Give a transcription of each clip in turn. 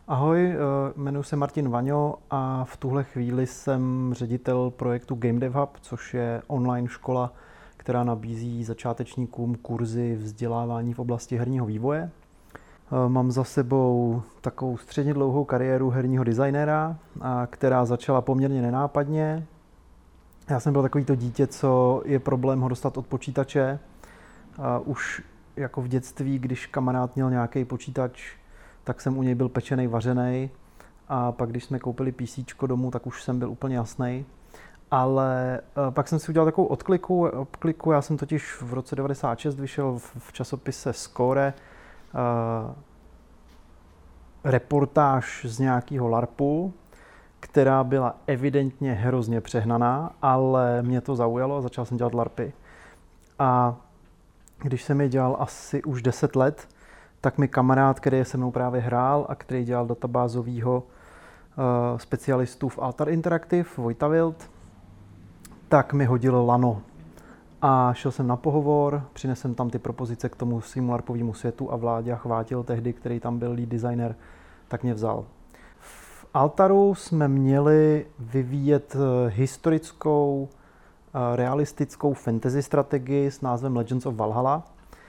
Ahoj, jmenuji se Martin Vaňo a v tuhle chvíli jsem ředitel projektu Game Dev Hub, což je online škola, která nabízí začátečníkům kurzy vzdělávání v oblasti herního vývoje. Mám za sebou takovou středně dlouhou kariéru herního designéra, která začala poměrně nenápadně. Já jsem byl takovýto dítě, co je problém ho dostat od počítače. Už jako v dětství, když kamarád měl nějaký počítač, tak jsem u něj byl pečenej, vařenej, a pak když jsme koupili PCčko domů, tak už jsem byl úplně jasnej. Ale pak jsem si udělal takovou odkliku, já jsem totiž v roce 96 vyšel v časopise Score reportáž z nějakého LARPu, která byla evidentně hrozně přehnaná, ale mě to zaujalo a začal jsem dělat LARPy. A když jsem je dělal asi už 10 let, tak mi kamarád, který se mnou právě hrál a který dělal databázovýho specialistu v Altar Interactive, Vojta Wild, tak mi hodil lano. A šel jsem na pohovor, přinesl jsem tam ty propozice k tomu svým larpovému světu a Vláďa Chvátil tehdy, který tam byl lead designer, tak mě vzal. V Altaru jsme měli vyvíjet historickou, realistickou fantasy strategii s názvem Legends of Valhalla,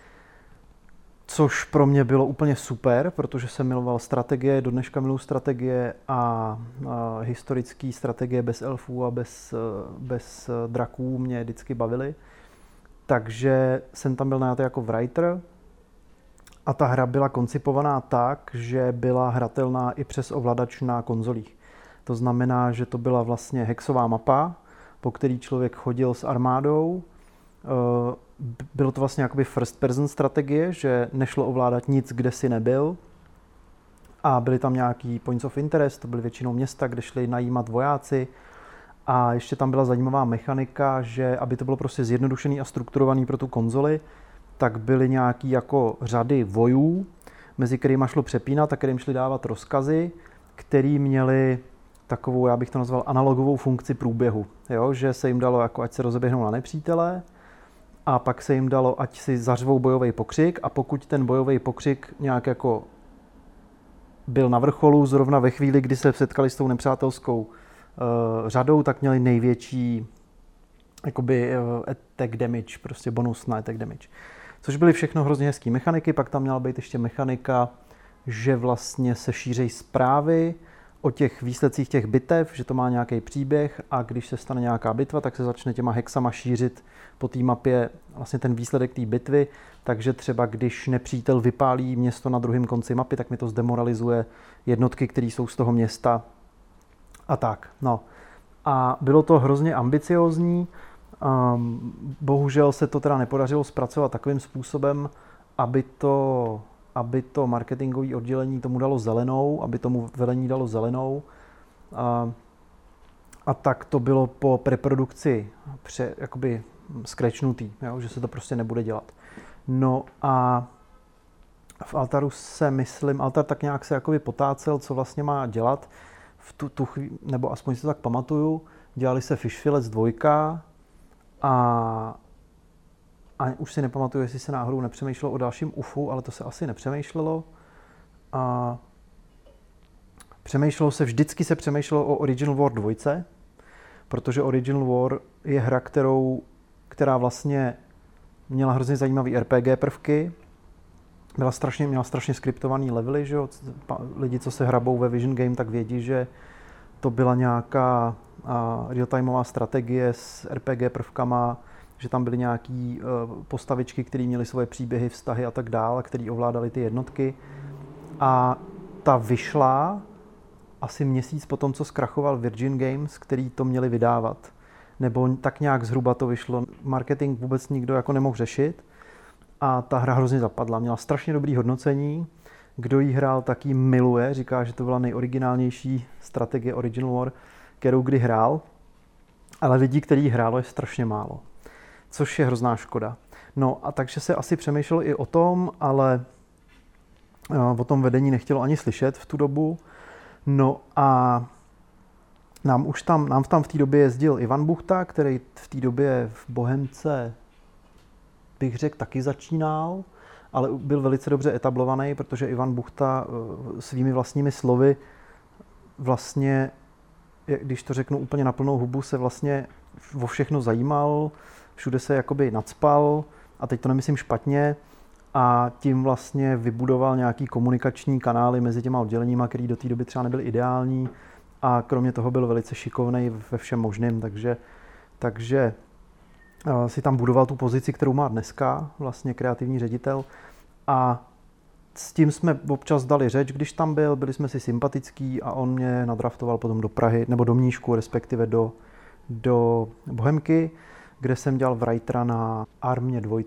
což pro mě bylo úplně super, protože jsem miloval strategie, do dneška miluji strategie a historické strategie bez elfů a bez draků mě vždycky bavily. Takže jsem tam byl najatý jako writer a ta hra byla koncipovaná tak, že byla hratelná i přes ovladač na konzolích. To znamená, že to byla vlastně hexová mapa, po který člověk chodil s armádou. Bylo to vlastně jakoby first person strategie, že nešlo ovládat nic, kde si nebyl. A byly tam nějaký points of interest, to byly většinou města, kde šli najímat vojáci. A ještě tam byla zajímavá mechanika, že aby to bylo prostě zjednodušený a strukturovaný pro tu konzoli, tak byly nějaký jako řady vojů, mezi kterýma šlo přepínat a kterým šli dávat rozkazy, který měli takovou, já bych to nazval, analogovou funkci průběhu. Jo? Že se jim dalo, jako ať se rozeběhnou na nepřítele, a pak se jim dalo, ať si zařvou bojový pokřik, a pokud ten bojový pokřik nějak jako byl na vrcholu zrovna ve chvíli, kdy se setkali s tou nepřátelskou řadou, tak měli největší jakoby attack damage, prostě bonus na attack damage. Což byly všechno hrozně hezký mechaniky, pak tam měla být ještě mechanika, že vlastně se šířejí zprávy o těch výsledcích těch bitev, že to má nějaký příběh a když se stane nějaká bitva, tak se začne těma hexama šířit po té mapě vlastně ten výsledek té bitvy, takže třeba když nepřítel vypálí město na druhém konci mapy, tak mi to zdemoralizuje jednotky, které jsou z toho města a tak. No. A bylo to hrozně ambiciózní, bohužel se to teda nepodařilo zpracovat takovým způsobem, aby to marketingové oddělení tomu dalo zelenou, aby tomu velení dalo zelenou. A tak to bylo po preprodukci jakoby scratchnutý, jo, že se to prostě nebude dělat. No a v Altaru Altar tak nějak se jakoby potácel, co vlastně má dělat. Nebo aspoň si to tak pamatuju, dělali se Fishfillets 2 a už si nepamatuju, jestli se náhodou nepřemýšlelo o dalším UFU, ale to se asi nepřemýšlelo. A vždycky se přemýšlelo o Original War 2, protože Original War je hra, která vlastně měla hrozně zajímavý RPG prvky, měla strašně skriptovaný levely, že jo? Lidi, co se hrabou ve Vision Game, tak vědí, že to byla nějaká real-timeová strategie s RPG prvkama, že tam byly nějaký postavičky, které měly svoje příběhy, vztahy a tak dále, které ovládaly ty jednotky. A ta vyšla asi měsíc po tom, co zkrachoval Virgin Games, který to měli vydávat. Nebo tak nějak zhruba to vyšlo. Marketing vůbec nikdo jako nemohl řešit. A ta hra hrozně zapadla. Měla strašně dobrý hodnocení. Kdo jí hrál, tak ji miluje. Říká, že to byla nejoriginálnější strategie Original War, kterou kdy hrál. Ale lidí, kteří hrálo, je strašně málo. Což je hrozná škoda. No a takže se asi přemýšlelo i o tom, ale o tom vedení nechtělo ani slyšet v tu dobu. No a nám tam v té době jezdil Ivan Buchta, který v té době v Bohemce, bych řekl, taky začínal. ale byl velice dobře etablovaný, protože Ivan Buchta svými vlastními slovy vlastně, když to řeknu úplně na plnou hubu, se vlastně o všechno zajímal, všude se jakoby nacpal, a teď to nemyslím špatně, a tím vlastně vybudoval nějaký komunikační kanály mezi těma odděleníma, který do té doby třeba nebyly ideální, a kromě toho byl velice šikovnej ve všem možném, takže si tam budoval tu pozici, kterou má dneska, vlastně kreativní ředitel, a s tím jsme občas dali řeč, když tam byl, byli jsme si sympatický a on mě nadraftoval potom do Prahy, nebo do Mníšku, respektive do Bohemky, kde jsem dělal writera na Armě 2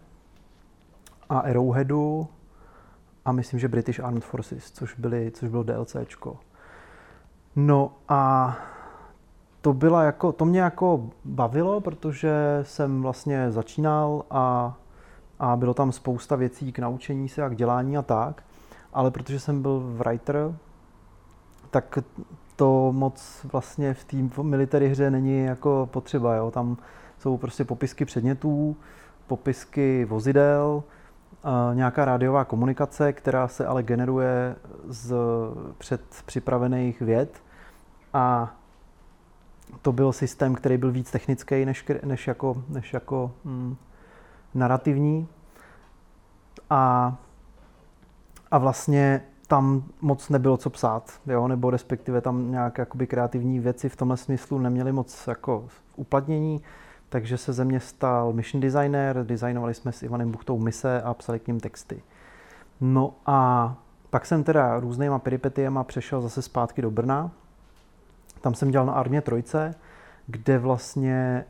a Arrowheadu a myslím, že British Armed Forces, což bylo DLCčko. No a to mě jako bavilo, protože jsem vlastně začínal a bylo tam spousta věcí k naučení se a k dělání a tak, ale protože jsem byl writer, tak to moc vlastně v té military hře není jako potřeba, jo. Tam jsou prostě popisky předmětů, popisky vozidel, nějaká rádiová komunikace, která se ale generuje z předpřipravených vět, a to byl systém, který byl víc technický než jako narrativní, a vlastně tam moc nebylo co psát, jo? Nebo respektive tam nějak jakoby kreativní věci v tomhle smyslu neměly moc jako uplatnění, takže se ze mě stal mission designer, designovali jsme s Ivanem Buchtou mise a psali k nim texty. No a pak jsem teda různýma peripetiema přešel zase zpátky do Brna. Tam jsem dělal na Armě 3, kde vlastně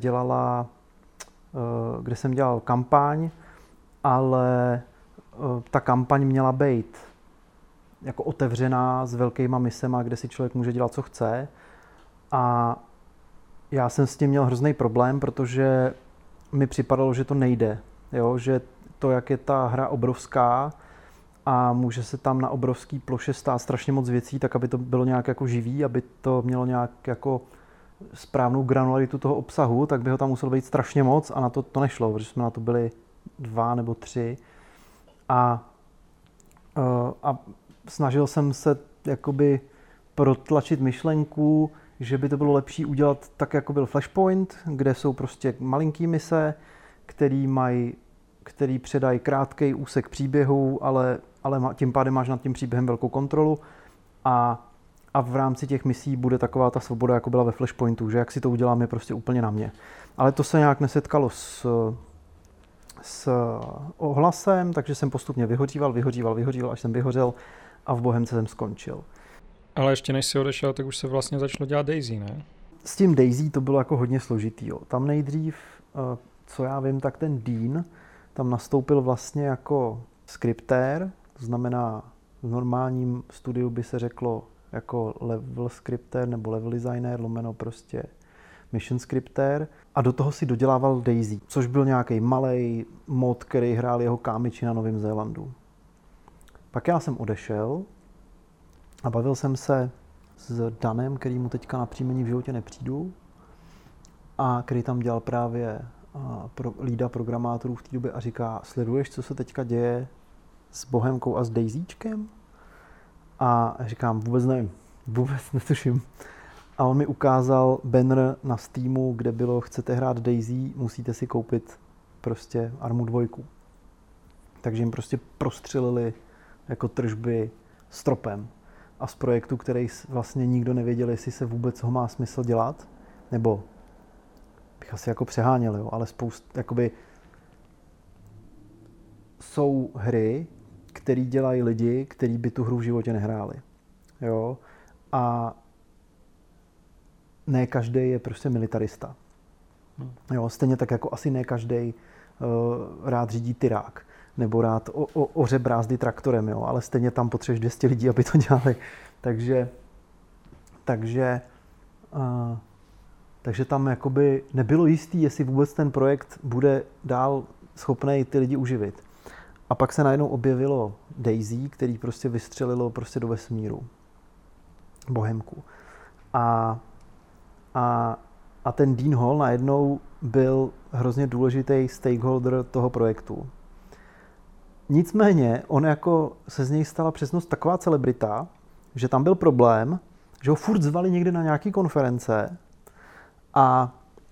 kde jsem dělal kampaň, ale ta kampaň měla být jako otevřená s velkýma misema, kde si člověk může dělat, co chce. A já jsem s tím měl hrozný problém, protože mi připadalo, že to nejde. Jo? Že to, jak je ta hra obrovská a může se tam na obrovský ploše stát strašně moc věcí, tak aby to bylo nějak jako živý, aby to mělo nějak jako správnou granularitu toho obsahu, tak by ho tam muselo být strašně moc, a na to nešlo, protože jsme na to byli 2 nebo 3. A snažil jsem se jakoby protlačit myšlenku, že by to bylo lepší udělat tak, jako byl Flashpoint, kde jsou prostě malinký mise, který předají krátký úsek příběhu, ale tím pádem máš nad tím příběhem velkou kontrolu, a v rámci těch misí bude taková ta svoboda, jako byla ve Flashpointu, že jak si to udělám, je prostě úplně na mě. Ale to se nějak nesetkalo s ohlasem, takže jsem postupně vyhoříval, až jsem vyhořel a v Bohemce jsem skončil. Ale ještě než jsi odešel, tak už se vlastně začalo dělat Daisy, ne? S tím Daisy to bylo jako hodně složitý. Jo. Tam nejdřív, co já vím, tak ten Dean tam nastoupil vlastně jako skriptér, to znamená v normálním studiu by se řeklo jako level scripter nebo level designer, lomeno prostě mission scripter, a do toho si dodělával Daisy, což byl nějaký malej mod, který hrál jeho kámiči na Novém Zélandu. Pak já jsem odešel a bavil jsem se s Danem, který mu teďka na příjmení v životě nepřijdu, a který tam dělal právě lída programátorů v té době, a říká: sleduješ, co se teďka děje s Bohemkou a s Daisyčkem? A říkám: vůbec nevím, vůbec netuším. A on mi ukázal banner na Steamu, kde bylo: chcete hrát Daisy, musíte si koupit prostě Armu 2. Takže jim prostě prostřelili jako tržby stropem. A z projektu, který vlastně nikdo nevěděl, jestli se vůbec ho má smysl dělat, nebo bych asi jako přeháněl, jo, ale jakoby jsou hry, které dělají lidi, kteří by tu hru v životě nehráli. Jo? A ne každý je prostě militarista. Jo? Stejně tak jako asi ne každý rád řídí tyrák, nebo rád oře brázdy traktorem, jo? Ale stejně tam potřebuješ 200 lidí, aby to dělali. Takže tam jakoby nebylo jistý, jestli vůbec ten projekt bude dál schopný ty lidi uživit. A pak se najednou objevilo Daisy, který prostě vystřelilo prostě do vesmíru. Bohemku. A ten Dean Hall najednou byl hrozně důležitý stakeholder toho projektu. Nicméně, on jako se z něj stala přesnost taková celebrita, že tam byl problém, že ho furt zvali někde na nějaký konference a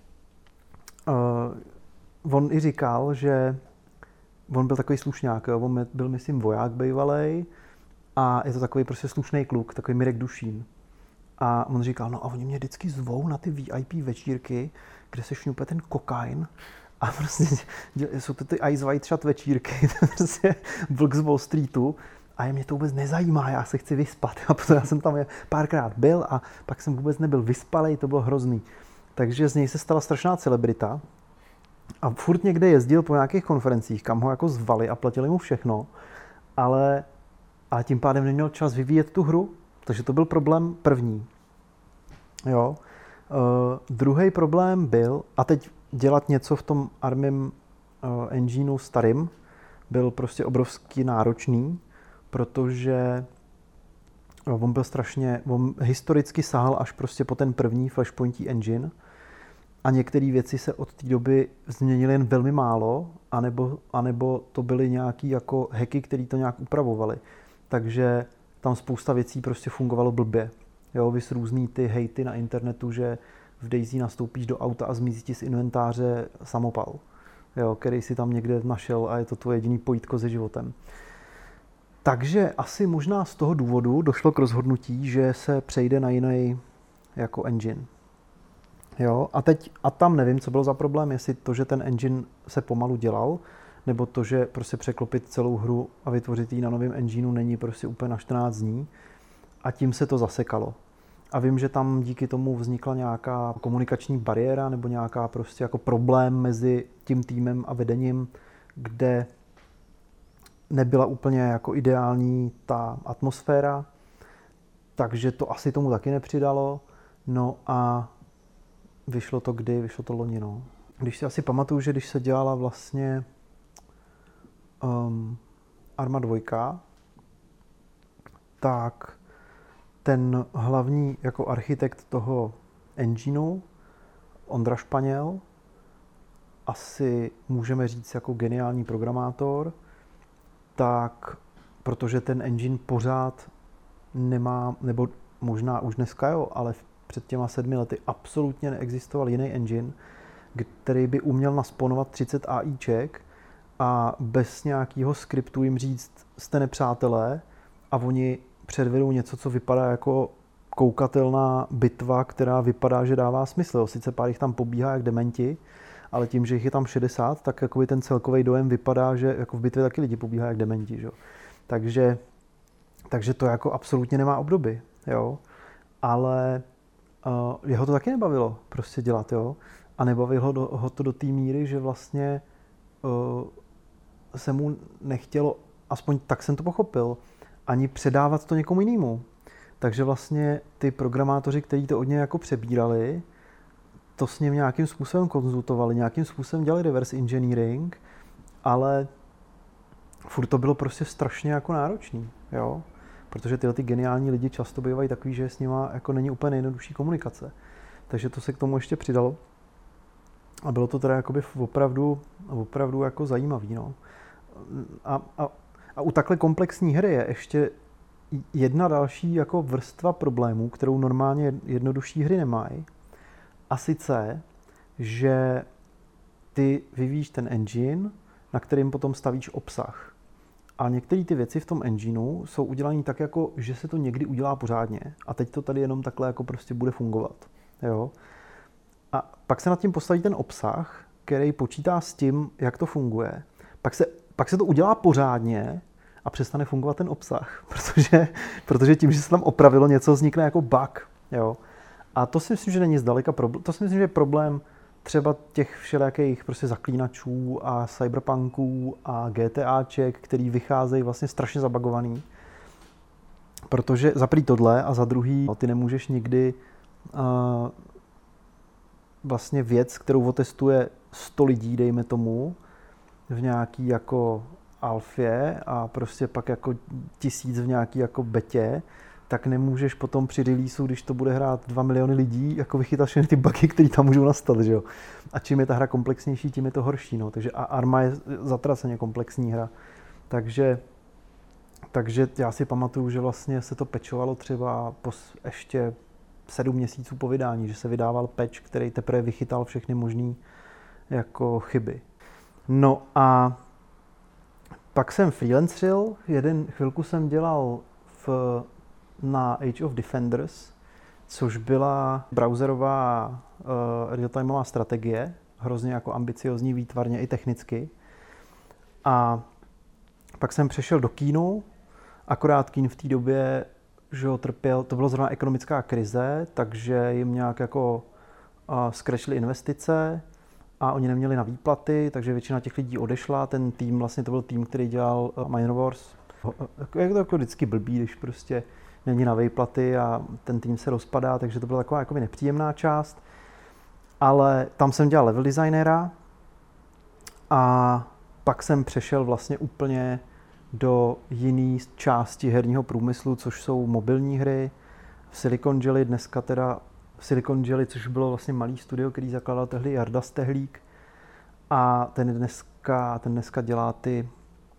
on i říkal, že on byl takový slušňák, jo? On byl, myslím, voják bývalej a je to takový prostě slušný kluk, takový Mirek Dušín. A on říkal, no a oni mě vždycky zvou na ty VIP večírky, kde se šňupe ten kokain a prostě jsou to ty Ice White Shot večírky, prostě vlk z Wall Streetu a mě to vůbec nezajímá, já se chci vyspat. A protože já jsem tam párkrát byl a pak jsem vůbec nebyl vyspalej, to bylo hrozný. Takže z něj se stala strašná celebrita a furt někde jezdil po nějakých konferencích, kam ho jako zvali a platili mu všechno, ale tím pádem neměl čas vyvíjet tu hru, takže to byl problém první. Jo. Druhý problém byl, a teď dělat něco v tom ARMym engineu starým byl prostě obrovsky náročný, protože on historicky sahal až prostě po ten první Flashpointí engine a některé věci se od té doby změnily jen velmi málo, anebo to byly nějaký jako hacky, které to nějak upravovaly. Takže tam spousta věcí prostě fungovalo blbě. Jo, vys různý ty hejty na internetu, že v Daisy nastoupíš do auta a zmizí ti z inventáře samopal, jo, který si tam někde našel a je to tvoje jediný pojítko se životem. Takže asi možná z toho důvodu došlo k rozhodnutí, že se přejde na jiný jako engine. Jo, a tam nevím, co bylo za problém, jestli to, že ten engine se pomalu dělal, nebo to, že prostě překlopit celou hru a vytvořit ji na novém engineu není prostě úplně na 14 dní. A tím se to zasekalo. A vím, že tam díky tomu vznikla nějaká komunikační bariéra nebo nějaká prostě jako problém mezi tím týmem a vedením, kde nebyla úplně jako ideální ta atmosféra, takže to asi tomu taky nepřidalo. No a vyšlo to loni, no. Když si asi pamatuju, že když se dělala vlastně Arma 2, tak ten hlavní jako architekt toho engineu, Ondra Španěl, asi můžeme říct jako geniální programátor, tak protože ten engine pořád nemá, nebo možná už dneska jo, ale před těma 7 lety absolutně neexistoval jiný engine, který by uměl nasponovat 30 AIček a bez nějakého skriptu jim říct, jste nepřátelé, a oni předvedou něco, co vypadá jako koukatelná bitva, která vypadá, že dává smysl. Sice pár jich tam pobíhá jak dementi, ale tím, že jich je tam 60, tak jakoby ten celkový dojem vypadá, že jako v bitvě taky lidi pobíhá jak dementi. Že? Takže to jako absolutně nemá obdoby. Jo? Ale jeho to taky nebavilo prostě dělat. Jo? A nebavilo ho to do té míry, že vlastně se mu nechtělo, aspoň tak jsem to pochopil, ani předávat to někomu jinému. Takže vlastně ty programátoři, kteří to od něj jako přebírali, to s ním nějakým způsobem konzultovali, nějakým způsobem dělali reverse engineering, ale furt to bylo prostě strašně jako náročný, jo? Protože tyhle ty geniální lidi často bývají takový, že s nima jako není úplně nejjednodušší komunikace. Takže to se k tomu ještě přidalo. A bylo to teda jakoby opravdu jako zajímavý, no. A u takhle komplexní hry je ještě jedna další jako vrstva problémů, kterou normálně jednodušší hry nemají. A sice, že ty vyvíjíš ten engine, na kterým potom stavíš obsah. A některé ty věci v tom engineu jsou udělané tak, jako, že se to někdy udělá pořádně. A teď to tady jenom takhle jako prostě bude fungovat. Jo? A pak se nad tím postaví ten obsah, který počítá s tím, jak to funguje. Pak se to udělá pořádně a přestane fungovat ten obsah. Protože tím, že se tam opravilo něco, vznikne jako bug. Jo? A to si myslím, že není zdaleka problém. To si myslím, že je problém třeba těch všelijakých prostě zaklínačů a cyberpunků a GTAček, který vycházejí vlastně strašně zabagovaný. Protože za prvý tohle a za druhý ty nemůžeš nikdy vlastně věc, kterou otestuje 100 lidí, dejme tomu, v nějaký jako alfě a prostě pak jako 1000 v nějaký jako betě, tak nemůžeš potom při releaseu, když to bude hrát 2 miliony lidí, jako vychytat všechny ty bugy, které tam můžou nastat, že jo. A čím je ta hra komplexnější, tím je to horší, no. Takže Arma je zatraceně komplexní hra. Takže já si pamatuju, že vlastně se to pečovalo třeba ještě 7 měsíců po vydání, že se vydával patch, který teprve vychytal všechny možné jako chyby. No a pak jsem freelanceril, chvilku jsem dělal na Age of Defenders, což byla browserová real-timeová strategie, hrozně jako ambiciozní výtvarně i technicky. A pak jsem přešel do Keenu, akorát Keen v té době, že ho trpěl, to bylo zrovna ekonomická krize, takže jim nějak jako zkrešli investice a oni neměli na výplaty, takže většina těch lidí odešla. Ten tým, vlastně to byl tým, který dělal Mine Wars. Je to jako vždycky blbý, když prostě není na výplaty a ten tým se rozpadá, takže to byla taková jako nepříjemná část. Ale tam jsem dělal level designera a pak jsem přešel vlastně úplně do jiné části herního průmyslu, což jsou mobilní hry. V Silicon Valley, což bylo vlastně malý studio, který zakládal tehdy Jarda Stehlík. A ten dneska dělá ty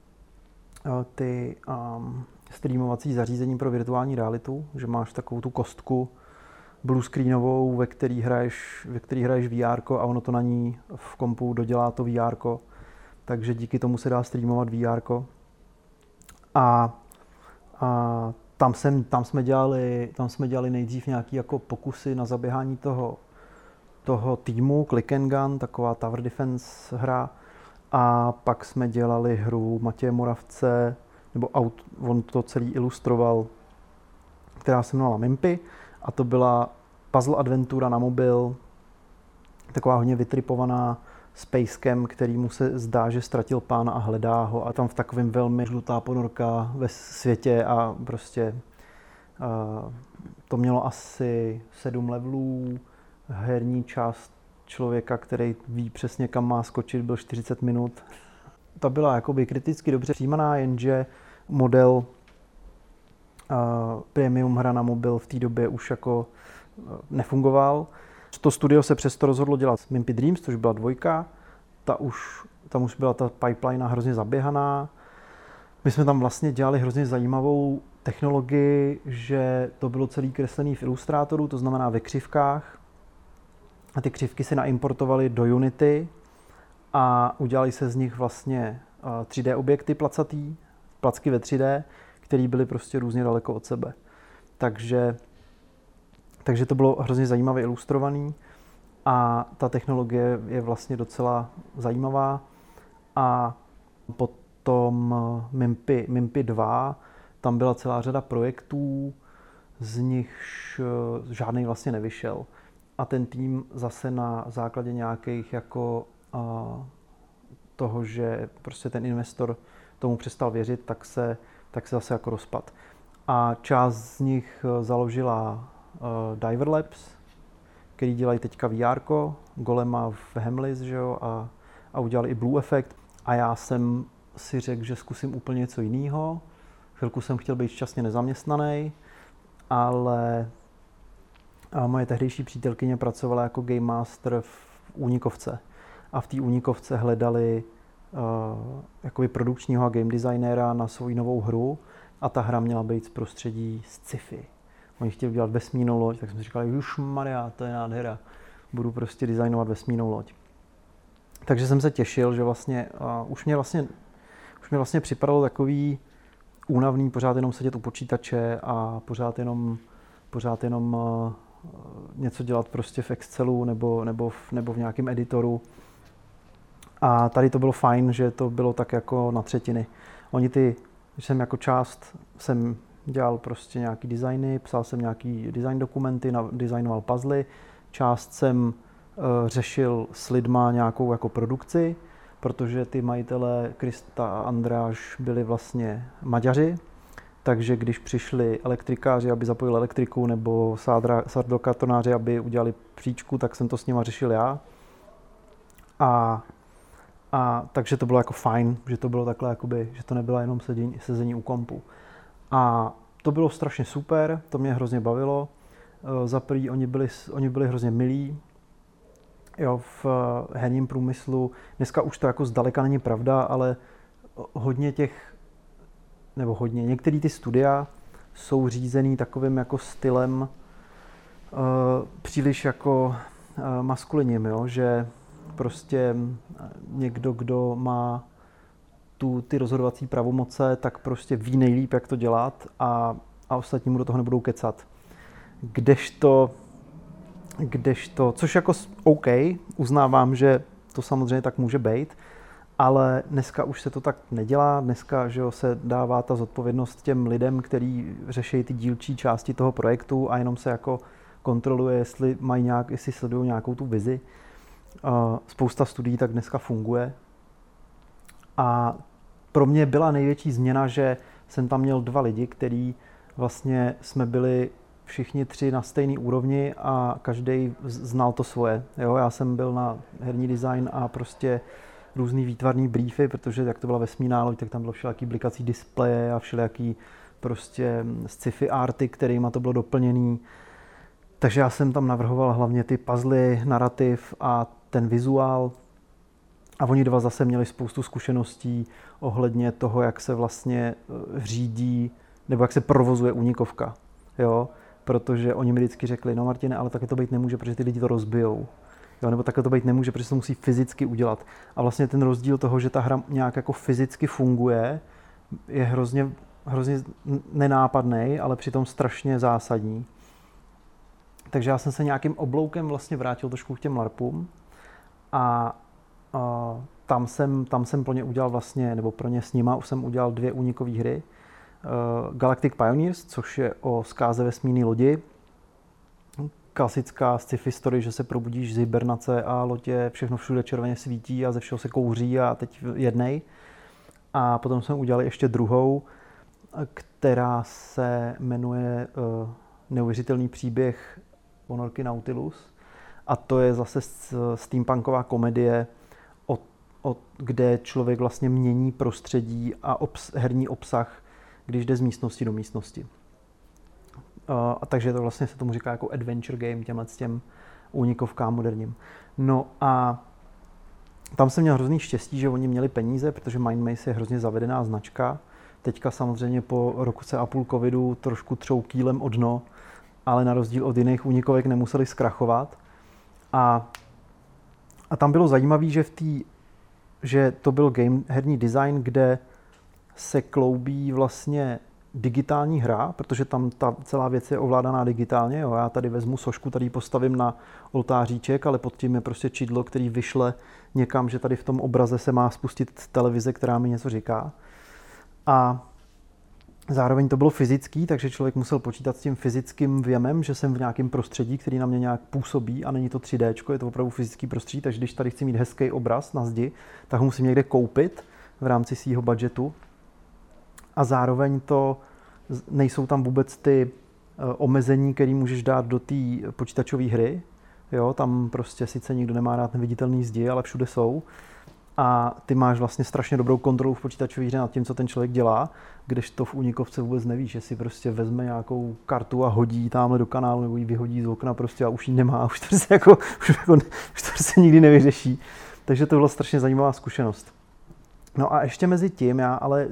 streamovací zařízení pro virtuální realitu, že máš takovou tu kostku bluescreenovou, ve který hraješ VR a ono to na ní v kompu dodělá to VR. Takže díky tomu se dá streamovat VR. A tam jsme dělali nejdřív nějaký jako pokusy na zaběhání toho týmu, Click and Gun, taková Tower Defense hra. A pak jsme dělali hru Matěje Moravce, on to celý ilustroval, která se jmenovala Mimpy. A to byla puzzle adventura na mobil, taková hodně vytripovaná spacecam, kterýmu se zdá, že ztratil pána a hledá ho. A tam v takovém velmi žlutá ponorka ve světě a prostě to mělo asi 7 levelů. Herní část člověka, který ví přesně, kam má skočit, byl 40 minut. Ta byla jakoby kriticky dobře přijímaná, jenže model premium hra na mobil v té době už jako nefungoval. To studio se přesto rozhodlo dělat Mimpy Dreams, což byla 2. Tam už byla ta pipeline hrozně zaběhaná. My jsme tam vlastně dělali hrozně zajímavou technologii, že to bylo celý kreslený v Illustratoru, to znamená ve křivkách. A ty křivky se naimportovaly do Unity a udělali se z nich vlastně 3D objekty placky ve 3D, které byly prostě různě daleko od sebe. Takže to bylo hrozně zajímavě ilustrovaný a ta technologie je vlastně docela zajímavá. A potom Mimpy 2, tam byla celá řada projektů, z nichž žádný vlastně nevyšel. A ten tým zase na základě nějakých jako toho, že prostě ten investor tomu přestal věřit, tak se zase jako rozpad. A část z nich založila Diver Labs, který dělají teďka VR, Golema v Hemlis, že jo, a udělali i Blue Effect. A já jsem si řekl, že zkusím úplně něco jiného. Chvilku jsem chtěl být šťastně nezaměstnaný, ale moje tehdejší přítelkyně pracovala jako game master v Únikovce. A v té Únikovce hledali jakoby produkčního a game designéra na svou novou hru a ta hra měla být z prostředí sci-fi. Oni chtěli dělat vesmírnou loď, tak jsme si říkali, jušmarja, to je nádhera, budu prostě designovat vesmírnou loď. Takže jsem se těšil, že vlastně už mě vlastně připadalo takový únavný pořád jenom sedět u počítače a pořád jenom něco dělat prostě v Excelu nebo v nějakém editoru. A tady to bylo fajn, že to bylo tak jako na třetiny. Když jsem jako část jsem dělal prostě nějaký designy, psal jsem nějaký design dokumenty, designoval puzzly, část jsem řešil s lidma nějakou jako produkci, protože ty majitelé Krista a Andráš byli vlastně Maďaři, takže když přišli elektrikáři, aby zapojili elektriku, nebo sardokartonáři, aby udělali příčku, tak jsem to s nima řešil já. A takže to bylo jako fajn, že to bylo takhle, jakoby, že to nebylo jenom sezení u kompu. A to bylo strašně super, to mě hrozně bavilo. Za prvý, oni byli hrozně milí. Jo, v herním průmyslu, dneska už to jako zdaleka není pravda, ale hodně těch nebo hodně, některé ty studia jsou řízený takovým jako stylem příliš jako maskulinním, jo? Že prostě někdo, kdo má ty rozhodovací pravomoce, tak prostě ví nejlíp, jak to dělat a ostatní mu do toho nebudou kecat. Kdežto, což jako OK, uznávám, že to samozřejmě tak může být, ale dneska už se to tak nedělá, dneska že jo, se dává ta zodpovědnost těm lidem, kteří řeší ty dílčí části toho projektu a jenom se jako kontroluje, jestli sledují nějakou tu vizi. Spousta studií tak dneska funguje. A pro mě byla největší změna, že jsem tam měl 2 lidi, který vlastně jsme byli všichni 3 na stejné úrovni a každý znal to svoje. Jo, já jsem byl na herní design a prostě různý výtvarný briefy, protože jak to byla vesmírná loď, tak tam bylo všelijaký blikací displeje a všelijaký prostě sci-fi arty, kterýma to bylo doplněný. Takže já jsem tam navrhoval hlavně ty puzzly, narrativ a ten vizuál. A oni 2 zase měli spoustu zkušeností ohledně toho, jak se vlastně řídí, nebo jak se provozuje únikovka. Jo? Protože oni mi vždycky řekli, no Martine, ale také to být nemůže, protože ty lidi to rozbijou. Jo? Nebo takhle to být nemůže, protože se to musí fyzicky udělat. A vlastně ten rozdíl toho, že ta hra nějak jako fyzicky funguje, je hrozně nenápadný, ale přitom strašně zásadní. Takže já jsem se nějakým obloukem vlastně vrátil trošku k těm LARPům a tam jsem pro ně udělal vlastně, nebo pro ně s nima už jsem udělal 2 únikové hry. Galactic Pioneers, což je o zkáze vesmírné lodi. Klasická sci-fi story, že se probudíš z hibernace a lodě všechno všude červeně svítí a ze všeho se kouří a teď jednej. A potom jsme udělali ještě druhou, která se jmenuje Neuvěřitelný příběh ponorky Nautilus. A to je zase steampunková komedie, kde člověk vlastně mění prostředí a herní obsah, když jde z místnosti do místnosti. A takže to vlastně se tomu říká jako adventure game, těm únikovkám moderním. No a tam jsem měl hrozný štěstí, že oni měli peníze, protože Mindmaze je hrozně zavedená značka. Teďka samozřejmě po roce a půl covidu trošku třou kýlem o dno, ale na rozdíl od jiných únikovek nemuseli zkrachovat. A tam bylo zajímavé, že to byl herní design, kde se kloubí vlastně digitální hra, protože tam ta celá věc je ovládaná digitálně. Jo. Já tady vezmu sošku, tady postavím na oltáříček, ale pod tím je prostě čidlo, který vyšle někam, že tady v tom obraze se má spustit televize, která mi něco říká. A zároveň to bylo fyzický, takže člověk musel počítat s tím fyzickým věmem, že jsem v nějakém prostředí, který na mě nějak působí a není to 3D, je to opravdu fyzický prostředí, takže když tady chci mít hezký obraz na zdi, tak ho musím někde koupit v rámci svého budgetu. A zároveň to nejsou tam vůbec ty omezení, které můžeš dát do té počítačové hry. Jo, tam prostě sice nikdo nemá rád neviditelný zdi, ale všude jsou. A ty máš vlastně strašně dobrou kontrolu v počítačové hře nad tím, co ten člověk dělá, kdežto v únikovce vůbec nevíš, že si prostě vezme nějakou kartu a hodí tamhle do kanálu nebo ji vyhodí z okna prostě a už ji nemá, už to prostě nikdy nevyřeší. Takže to byla strašně zajímavá zkušenost. No a ještě mezi tím, já ale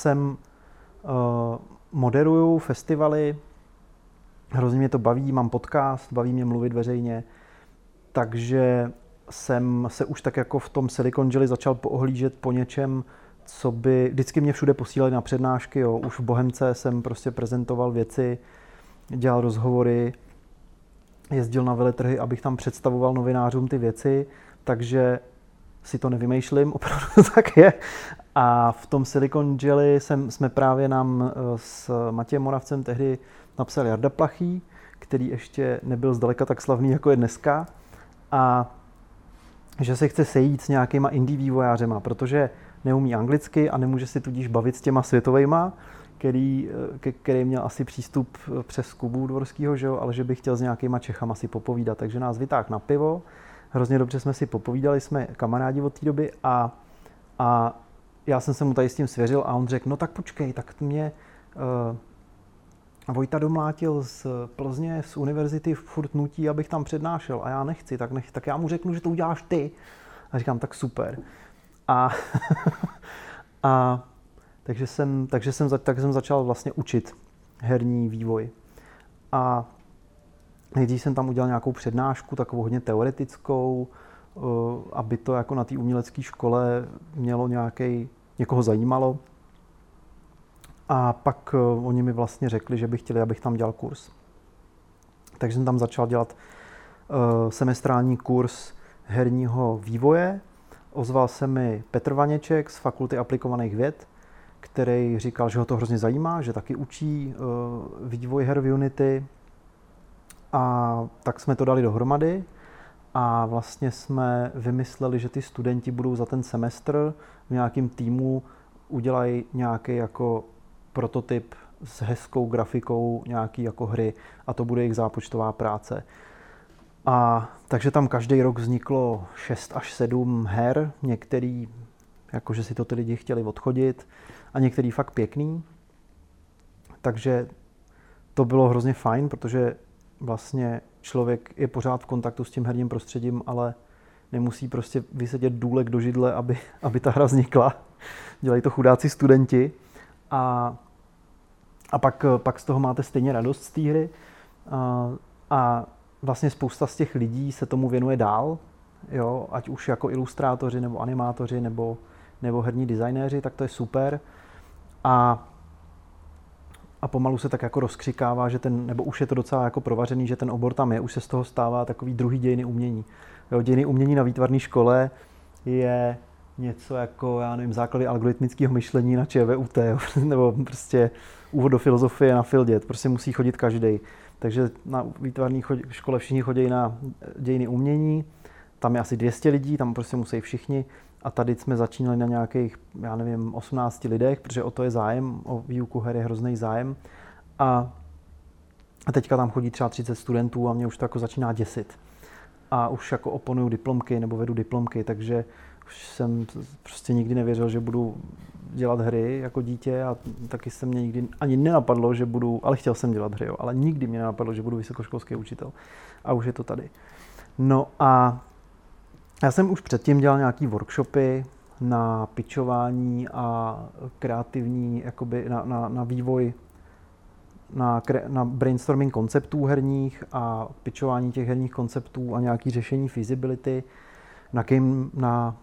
moderuju festivaly, hrozně mě to baví, mám podcast, baví mě mluvit veřejně, takže jsem se už tak jako v tom Silicon Valley začal poohlížet po něčem, co by vždycky mě všude posílali na přednášky, jo. Už v Bohemce jsem prostě prezentoval věci, dělal rozhovory, jezdil na veletrhy, abych tam představoval novinářům ty věci, takže si to nevymýšlím, opravdu to tak je. A v tom Silicon Valley jsme právě nám s Matějem Moravcem tehdy napsal Jarda Plachý, který ještě nebyl zdaleka tak slavný, jako je dneska. A že se chce sejít s nějakýma indie vývojářema, protože neumí anglicky a nemůže si tudíž bavit s těma světovejma, který měl asi přístup přes Kubu Dvorskýho, že jo, ale že by chtěl s nějakýma Čechama si popovídat. Takže nás vytáhl na pivo, hrozně dobře jsme si popovídali, jsme kamarádi od té doby a já jsem se mu tady s tím svěřil a on řekl, no tak počkej, tak mě Vojta Domlátil z Plzně, z univerzity furt nutí, abych tam přednášel a já nechci, tak já mu řeknu, že to uděláš ty. A říkám, tak super. A Takže jsem začal vlastně učit herní vývoj. A nejdřív jsem tam udělal nějakou přednášku, takovou hodně teoretickou, aby to jako na té umělecké škole mělo někoho zajímalo. A pak oni mi vlastně řekli, že by chtěli, abych tam dělal kurz. Takže jsem tam začal dělat semestrální kurz herního vývoje. Ozval se mi Petr Vaněček z Fakulty aplikovaných věd, který říkal, že ho to hrozně zajímá, že taky učí vývoj her v Unity. A tak jsme to dali dohromady a vlastně jsme vymysleli, že ty studenti budou za ten semestr v nějakém týmu udělají nějaký jako prototyp s hezkou grafikou nějaký jako hry a to bude jejich zápočtová práce. A takže tam každý rok vzniklo 6 až 7 her, některý jakože si to ty lidi chtěli odchodit a některý fakt pěkný. Takže to bylo hrozně fajn, protože vlastně člověk je pořád v kontaktu s tím herním prostředím, ale nemusí prostě vysedět důlek do židle, aby ta hra vznikla. Dělají to chudáci studenti. A pak z toho máte stejně radost z té hry. A vlastně spousta z těch lidí se tomu věnuje dál, jo? Ať už jako ilustrátoři, nebo animátoři, nebo herní designéři, tak to je super. A pomalu se tak jako rozkřikává, že nebo už je to docela jako provařený, že ten obor tam je, už se z toho stává takový druhý dějiny umění. Jo, dějiny umění na výtvarné škole je něco jako, já nevím, základy algoritmického myšlení na ČVUT, jo, nebo prostě úvod do filozofie na Fildět, prostě musí chodit každý. Takže na výtvarné škole všichni chodí na dějiny umění, tam je asi 200 lidí, tam prostě musí všichni. A tady jsme začínali na nějakých, já nevím, 18 lidech, protože o to je zájem, o výuku her je hrozný zájem. A teďka tam chodí třeba 30 studentů a mě už to jako začíná děsit. A už jako oponuju diplomky nebo vedu diplomky, takže už jsem prostě nikdy nevěřil, že budu dělat hry jako dítě a taky se mě nikdy ani nenapadlo, že budu, ale chtěl jsem dělat hry, jo, ale nikdy mě nenapadlo, že budu vysokoškolský učitel. A už je to tady. No a já jsem už předtím dělal nějaký workshopy na pitchování a kreativní, jakoby na vývoj, na brainstorming konceptů herních a pitchování těch herních konceptů a nějaký řešení feasibility na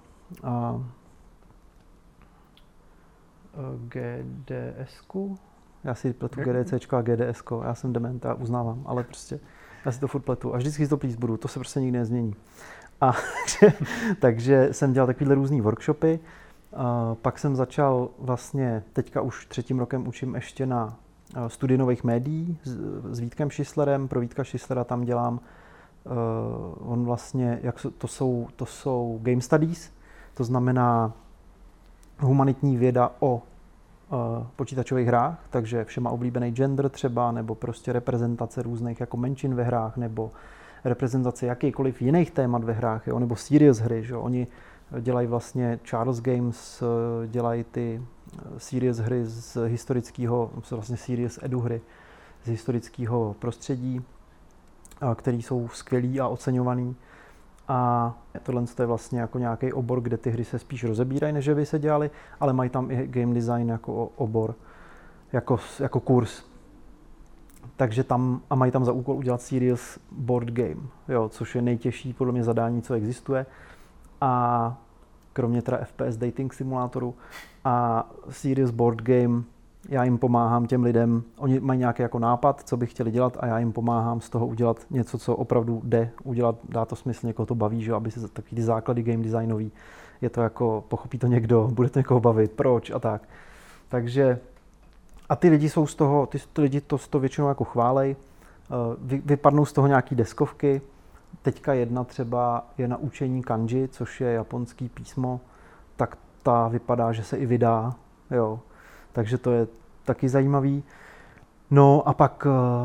GDS-ku. Já si pletu GDCčko a GDS-ko, já jsem dement, já uznávám, ale prostě já si to furt pletu a vždycky si to plíst budu, to se prostě nikdy nezmění. A takže jsem dělal takovýhle různý workshopy. Pak jsem začal vlastně, teďka už 3. rokem učím ještě na studii nových médií s Vítkem Šislerem. Pro Vítka Šislera tam dělám, on vlastně, to jsou game studies, to znamená humanitní věda o počítačových hrách, takže všema oblíbený gender třeba, nebo prostě reprezentace různých jako menšin ve hrách, nebo reprezentace jakýkoliv jiných témat ve hrách, jo? Nebo serious hry. Že? Oni dělají vlastně Charles Games, dělají ty serious hry z historického, vlastně serious edu hry z historického prostředí, které jsou skvělý a oceňovaný. A tohle je vlastně jako nějaký obor, kde ty hry se spíš rozebírají, než by se dělali, ale mají tam i game design jako obor, jako kurz. Takže tam, a mají tam za úkol udělat serious board game, jo, což je nejtěžší podle mě zadání, co existuje. A kromě teda FPS dating simulátoru a serious board game, já jim pomáhám těm lidem, oni mají nějaký jako nápad, co by chtěli dělat a já jim pomáhám z toho udělat něco, co opravdu jde udělat, dá to smysl, někoho to baví, že, aby se takový ty základy game designový, je to jako, pochopí to někdo, bude to někoho bavit, proč a tak. Takže a ty lidi jsou z toho, ty lidi to většinou jako chválej, vypadnou z toho nějaký deskovky. Teďka jedna třeba je na učení kanji, což je japonský písmo, tak ta vypadá, že se i vydá, jo. Takže to je taky zajímavý. No a pak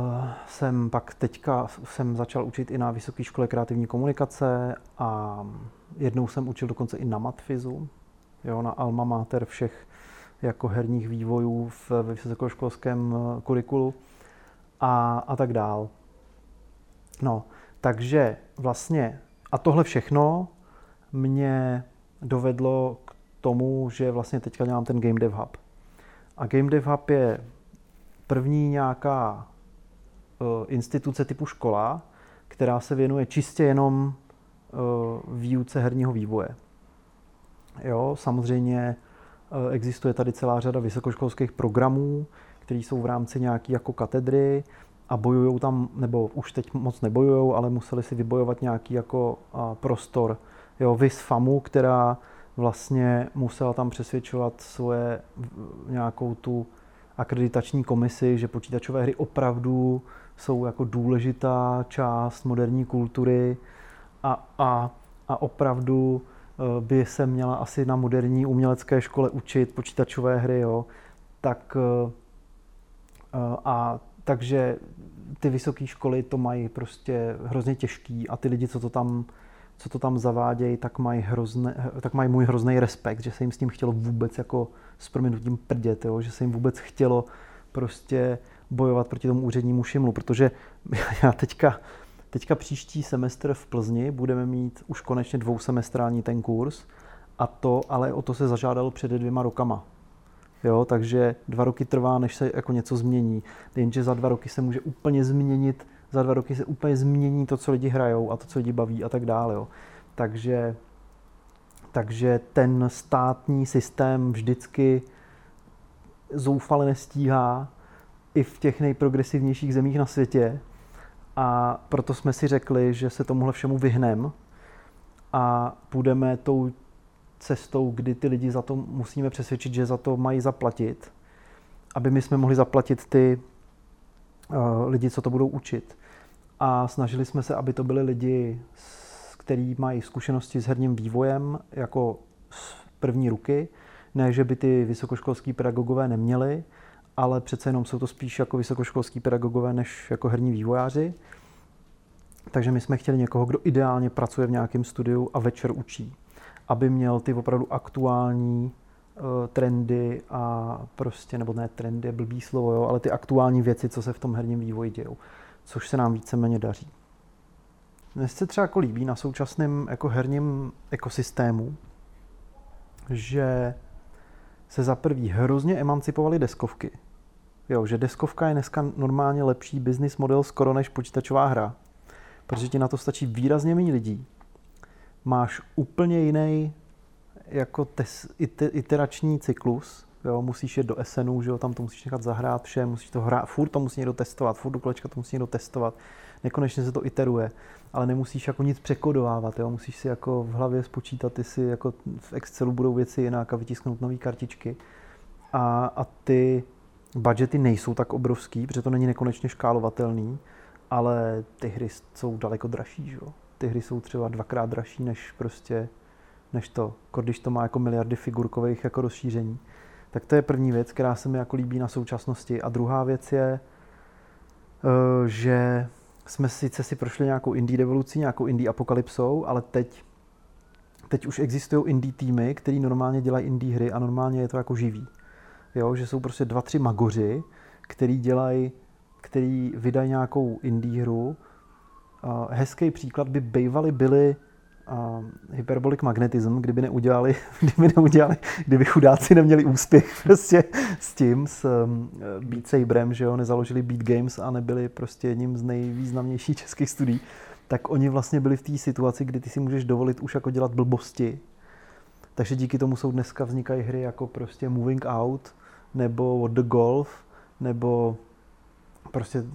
teďka jsem začal učit i na Vysoké škole kreativní komunikace a jednou jsem učil dokonce i na matfizu, jo, na alma mater všech jako herních vývojů ve vysokoškolském kurikulu a tak dál. No, takže vlastně a tohle všechno mě dovedlo k tomu, že vlastně teďka dělám ten Game Dev Hub. A Game Dev Hub je první nějaká instituce typu škola, která se věnuje čistě jenom výuce herního vývoje. Jo, samozřejmě existuje tady celá řada vysokoškolských programů, které jsou v rámci nějaký jako katedry a bojujou tam, nebo už teď moc nebojujou, ale museli si vybojovat nějaký jako prostor. Jo, viz FAMu, která vlastně musela tam přesvědčovat svoje nějakou tu akreditační komisi, že počítačové hry opravdu jsou jako důležitá část moderní kultury a opravdu by se měla asi na moderní umělecké škole učit počítačové hry, jo. Takže ty vysoké školy to mají prostě hrozně těžký a ty lidi, co to tam zavádějí, tak mají můj hrozný respekt, že se jim s tím chtělo vůbec jako s prominutím prdět, jo, že se jim vůbec chtělo prostě bojovat proti tomu úřednímu šimlu, protože já teďka příští semestr v Plzni budeme mít už konečně 2semestrální ten kurz ale o to se zažádalo před 2 rokama. Jo, takže 2 roky trvá, než se jako něco změní. Jenže za 2 roky se může úplně změnit, to, co lidi hrajou a to, co lidi baví a tak dále. Jo. Takže ten státní systém vždycky zoufale nestíhá i v těch nejprogresivnějších zemích na světě. A proto jsme si řekli, že se tomuhle všemu vyhneme a půjdeme tou cestou, kdy ty lidi za to musíme přesvědčit, že za to mají zaplatit, aby my jsme mohli zaplatit ty lidi, co to budou učit. A snažili jsme se, aby to byli lidi, kteří mají zkušenosti s herním vývojem jako z první ruky, ne, že by ty vysokoškolský pedagogové neměli, ale přece jenom jsou to spíš jako vysokoškolský pedagogové než jako herní vývojáři. Takže my jsme chtěli někoho, kdo ideálně pracuje v nějakém studiu a večer učí, aby měl ty opravdu aktuální trendy a prostě, nebo ne trendy, je blbý slovo, jo, ale ty aktuální věci, co se v tom herním vývoji dějou, což se nám víceméně daří. Mně se třeba jako líbí na současném jako herním ekosystému, že se za prvý hrozně emancipovaly deskovky. Jo, že deskovka je dneska normálně lepší business model skoro než počítačová hra, protože ti na to stačí výrazně méně lidí. Máš úplně jiný jako iterační cyklus, jo, musíš jít do SNu, že jo, tam to musíš nechat zahrát vše, musíš to hrát, furt to musí někdo testovat, furt do kolečka to musí někdo testovat, nekonečně se to iteruje, ale nemusíš jako nic překodovávat, jo, musíš si jako v hlavě spočítat, jestli jako v Excelu budou věci jinak a vytisknout nové kartičky a ty budgety nejsou tak obrovský, protože to není nekonečně škálovatelný, ale ty hry jsou daleko dražší, že jo. Ty hry jsou třeba 2x dražší než to, když to má jako miliardy figurkových jako rozšíření. Tak to je první věc, která se mi jako líbí na současnosti. A druhá věc je, že jsme sice si prošli nějakou indie revolucí, nějakou indie apokalypsou, ale teď už existují indie týmy, který normálně dělají indie hry a normálně je to jako živý. Jo, že jsou prostě 2-3 magoři, který vydají nějakou indie hru. Hezký příklad by byly Hyperbolic Magnetism, kdyby chudáci neměli úspěch prostě s Beat Saberem, že jo, nezaložili Beat Games a nebyli prostě jedním z nejvýznamnějších českých studií, tak oni vlastně byli v té situaci, kdy ty si můžeš dovolit už jako dělat blbosti. Takže díky tomu dneska vznikají hry jako prostě Moving Out, nebo What the Golf, nebo prostě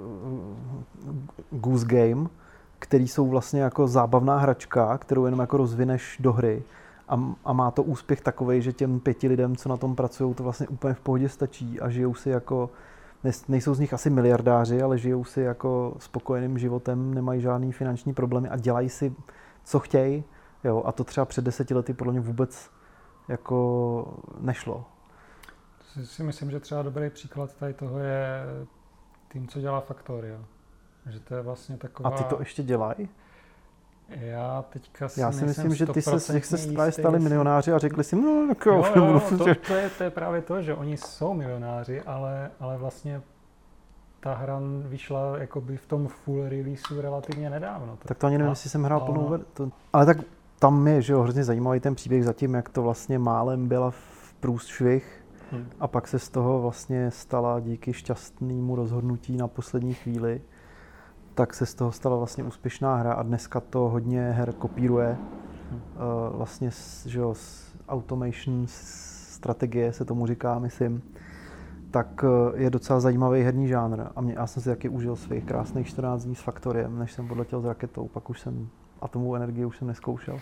Goose Game, který jsou vlastně jako zábavná hračka, kterou jenom jako rozvineš do hry a má to úspěch takovej, že těm 5 lidem, co na tom pracují, to vlastně úplně v pohodě stačí a žijou si jako, nejsou z nich asi miliardáři, ale žijou si jako spokojeným životem, nemají žádný finanční problémy a dělají si, co chtějí. Jo, a to třeba před 10 lety podle mě vůbec jako nešlo. To si myslím, že třeba dobrý příklad tady toho je tým, co dělá Factorio. Že to je vlastně taková... A ty to ještě dělají? Já si myslím, že ty se stali milionáři a řekli si, no tak jo. To je právě to, že oni jsou milionáři, ale vlastně ta hra vyšla jakoby v tom full releaseu relativně nedávno. Tak to ani nevím, jestli jsem hrál plnou verzi. Ale tak tam je, že jo, hrozně zajímavý ten příběh zatím, jak to vlastně málem byla v průšvih A pak se z toho vlastně stala díky šťastnému rozhodnutí na poslední chvíli, tak se z toho stala vlastně úspěšná hra a dneska to hodně her kopíruje. Vlastně že jo, automation strategie se tomu říká, myslím. Tak je docela zajímavý herní žánr a já jsem si taky užil svých krásných 14 dní s Faktoriem, než jsem odletěl s raketou, pak už jsem atomovou energii už jsem neskoušel.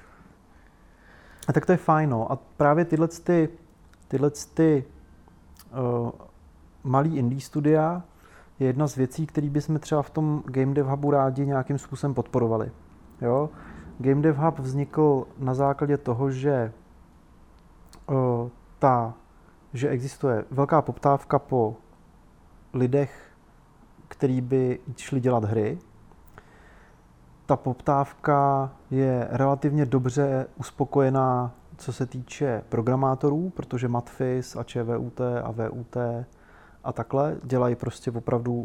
A tak to je fajn, no. A právě tyhle malý indie studia je jedna z věcí, které bychom třeba v tom Game Dev Hubu rádi nějakým způsobem podporovali. Jo? Game Dev Hub vznikl na základě toho, že že existuje velká poptávka po lidech, kteří by šli dělat hry. Ta poptávka je relativně dobře uspokojená, co se týče programátorů, protože Matfis a ČVUT a VUT a takhle dělají prostě opravdu,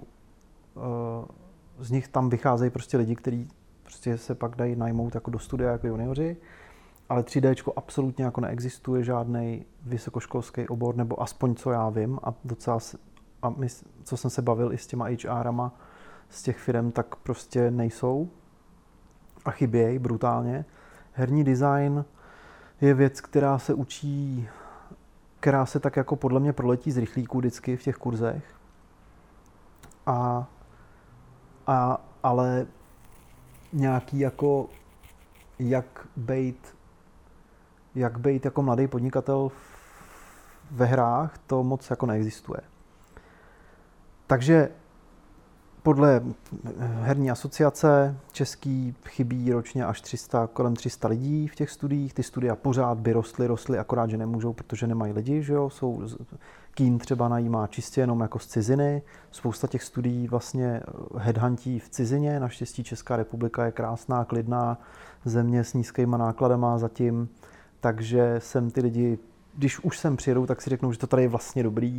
z nich tam vycházejí prostě lidi, kteří prostě se pak dají najmout jako do studia jako junioři. Ale 3Dčko absolutně jako neexistuje žádný vysokoškolský obor, nebo aspoň co já vím a docela, co jsem se bavil i s těma HRama z těch firm, tak prostě nejsou a chybějí brutálně. Herní design je věc, která se učí, která se tak jako podle mě proletí z rychlíků vždycky v těch kurzech. Ale nějaký jako jak být jako mladý podnikatel ve hrách, to moc jako neexistuje. Takže podle herní asociace český chybí ročně až kolem 300 lidí v těch studiích. Ty studia pořád by rostly, akorát, že nemůžou, protože nemají lidi, že jo? Kín třeba najímá čistě jenom jako z ciziny. Spousta těch studií vlastně headhuntí v cizině. Naštěstí Česká republika je krásná, klidná země s nízkýma nákladama zatím. Takže sem ty lidi, když už sem přijedou, tak si řeknou, že to tady je vlastně dobrý.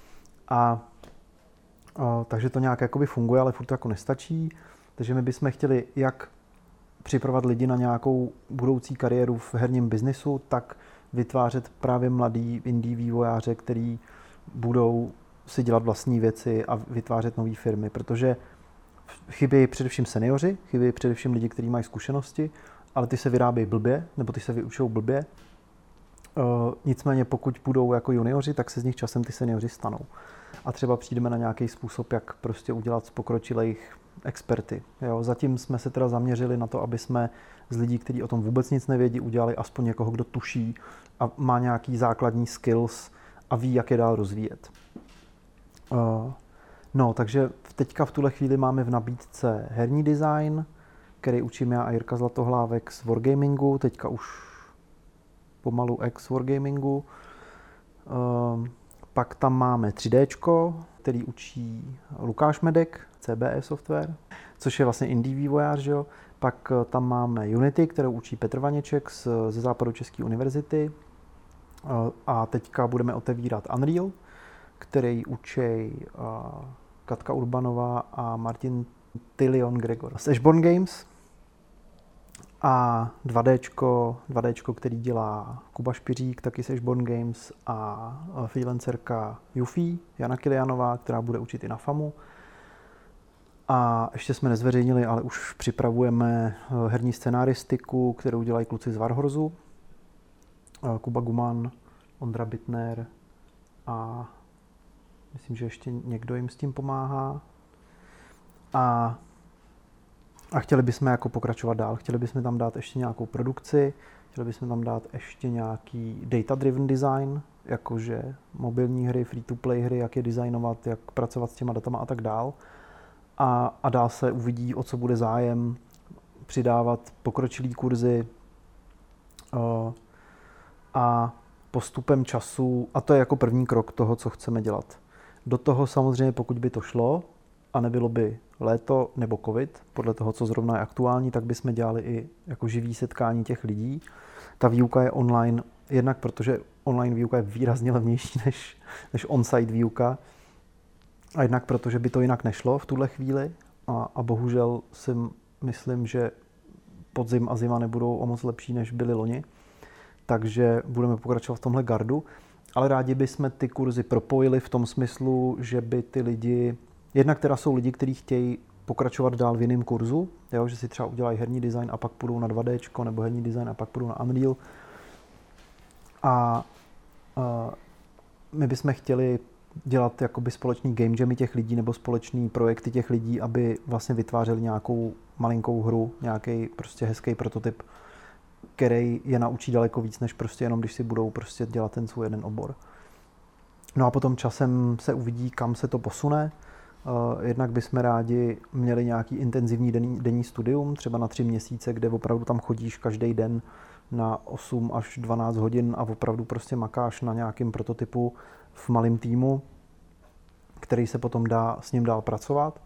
Takže to nějak jakoby funguje, ale furt to jako nestačí. Takže my bychom chtěli jak připravovat lidi na nějakou budoucí kariéru v herním biznisu, tak vytvářet právě mladý indie vývojáře, který budou si dělat vlastní věci a vytvářet nové firmy, protože chybějí především seniori, chybějí především lidi, kteří mají zkušenosti, ale ty se vyrábějí blbě, nebo ty se vyučují blbě. Nicméně pokud budou jako junioři, tak se z nich časem ty seniori stanou. A třeba přijdeme na nějaký způsob, jak prostě udělat z pokročilých experty. Jo, zatím jsme se teda zaměřili na to, aby jsme z lidí, kteří o tom vůbec nic nevědí, udělali aspoň někoho, kdo tuší a má nějaký základní skills a ví, jak je dál rozvíjet. Takže teďka v tuhle chvíli máme v nabídce herní design, který učím já a Jirka Zlatohlávek z Wargamingu, teďka už pomalu ex-Wargamingu. Pak tam máme 3Dčko, který učí Lukáš Medek, CBE Software, což je vlastně indie vývojář, jo. Pak tam máme Unity, kterou učí Petr Vaněček ze Západočeské univerzity. A teďka budeme otevírat Unreal, který učí Katka Urbanová a Martin Tylion Gregor z Ashborn Games. A 2Dčko, který dělá Kuba Špiřík, taky z Ashborn Games, a freelancerka Jufi, Jana Kilianová, která bude učit i na FAMu. A ještě jsme nezveřejnili, ale už připravujeme herní scenaristiku, kterou dělají kluci z Warhorzu. Kuba Guman, Ondra Bittner a myslím, že ještě někdo jim s tím pomáhá. A chtěli bychom jako pokračovat dál. Chtěli bychom tam dát ještě nějakou produkci, chtěli bychom tam dát ještě nějaký data-driven design, jakože mobilní hry, free-to-play hry, jak je designovat, jak pracovat s těma datama a tak dál. A dál se uvidí, o co bude zájem, přidávat pokročilý kurzy a postupem času, a to je jako první krok toho, co chceme dělat. Do toho samozřejmě, pokud by to šlo a nebylo by léto nebo covid, podle toho, co zrovna je aktuální, tak bychom dělali i jako živý setkání těch lidí. Ta výuka je online, jednak protože online výuka je výrazně levnější než on-site výuka, a jednak protože by to jinak nešlo v tuhle chvíli a bohužel si myslím, že podzim a zima nebudou o moc lepší, než byly loni. Takže budeme pokračovat v tomhle gardu. ale rádi bychom ty kurzy propojili v tom smyslu, že by ty lidi, jednak teda jsou lidi, kteří chtějí pokračovat dál v jiném kurzu, jo, že si třeba udělají herní design a pak půjdou na 2D, nebo herní design a pak půjdou na Unreal. A my bychom chtěli dělat jakoby společný game jamy těch lidí nebo společný projekty těch lidí, aby vlastně vytvářeli nějakou malinkou hru, nějaký prostě hezký prototyp, který je naučí daleko víc, než prostě jenom když si budou prostě dělat ten svůj jeden obor. No a potom časem se uvidí, kam se to posune. Jednak bychom rádi měli nějaký intenzivní denní studium, třeba na 3 měsíce, kde opravdu tam chodíš každý den na 8 až 12 hodin a opravdu prostě makáš na nějakém prototypu v malém týmu, který se potom dá s ním dál pracovat.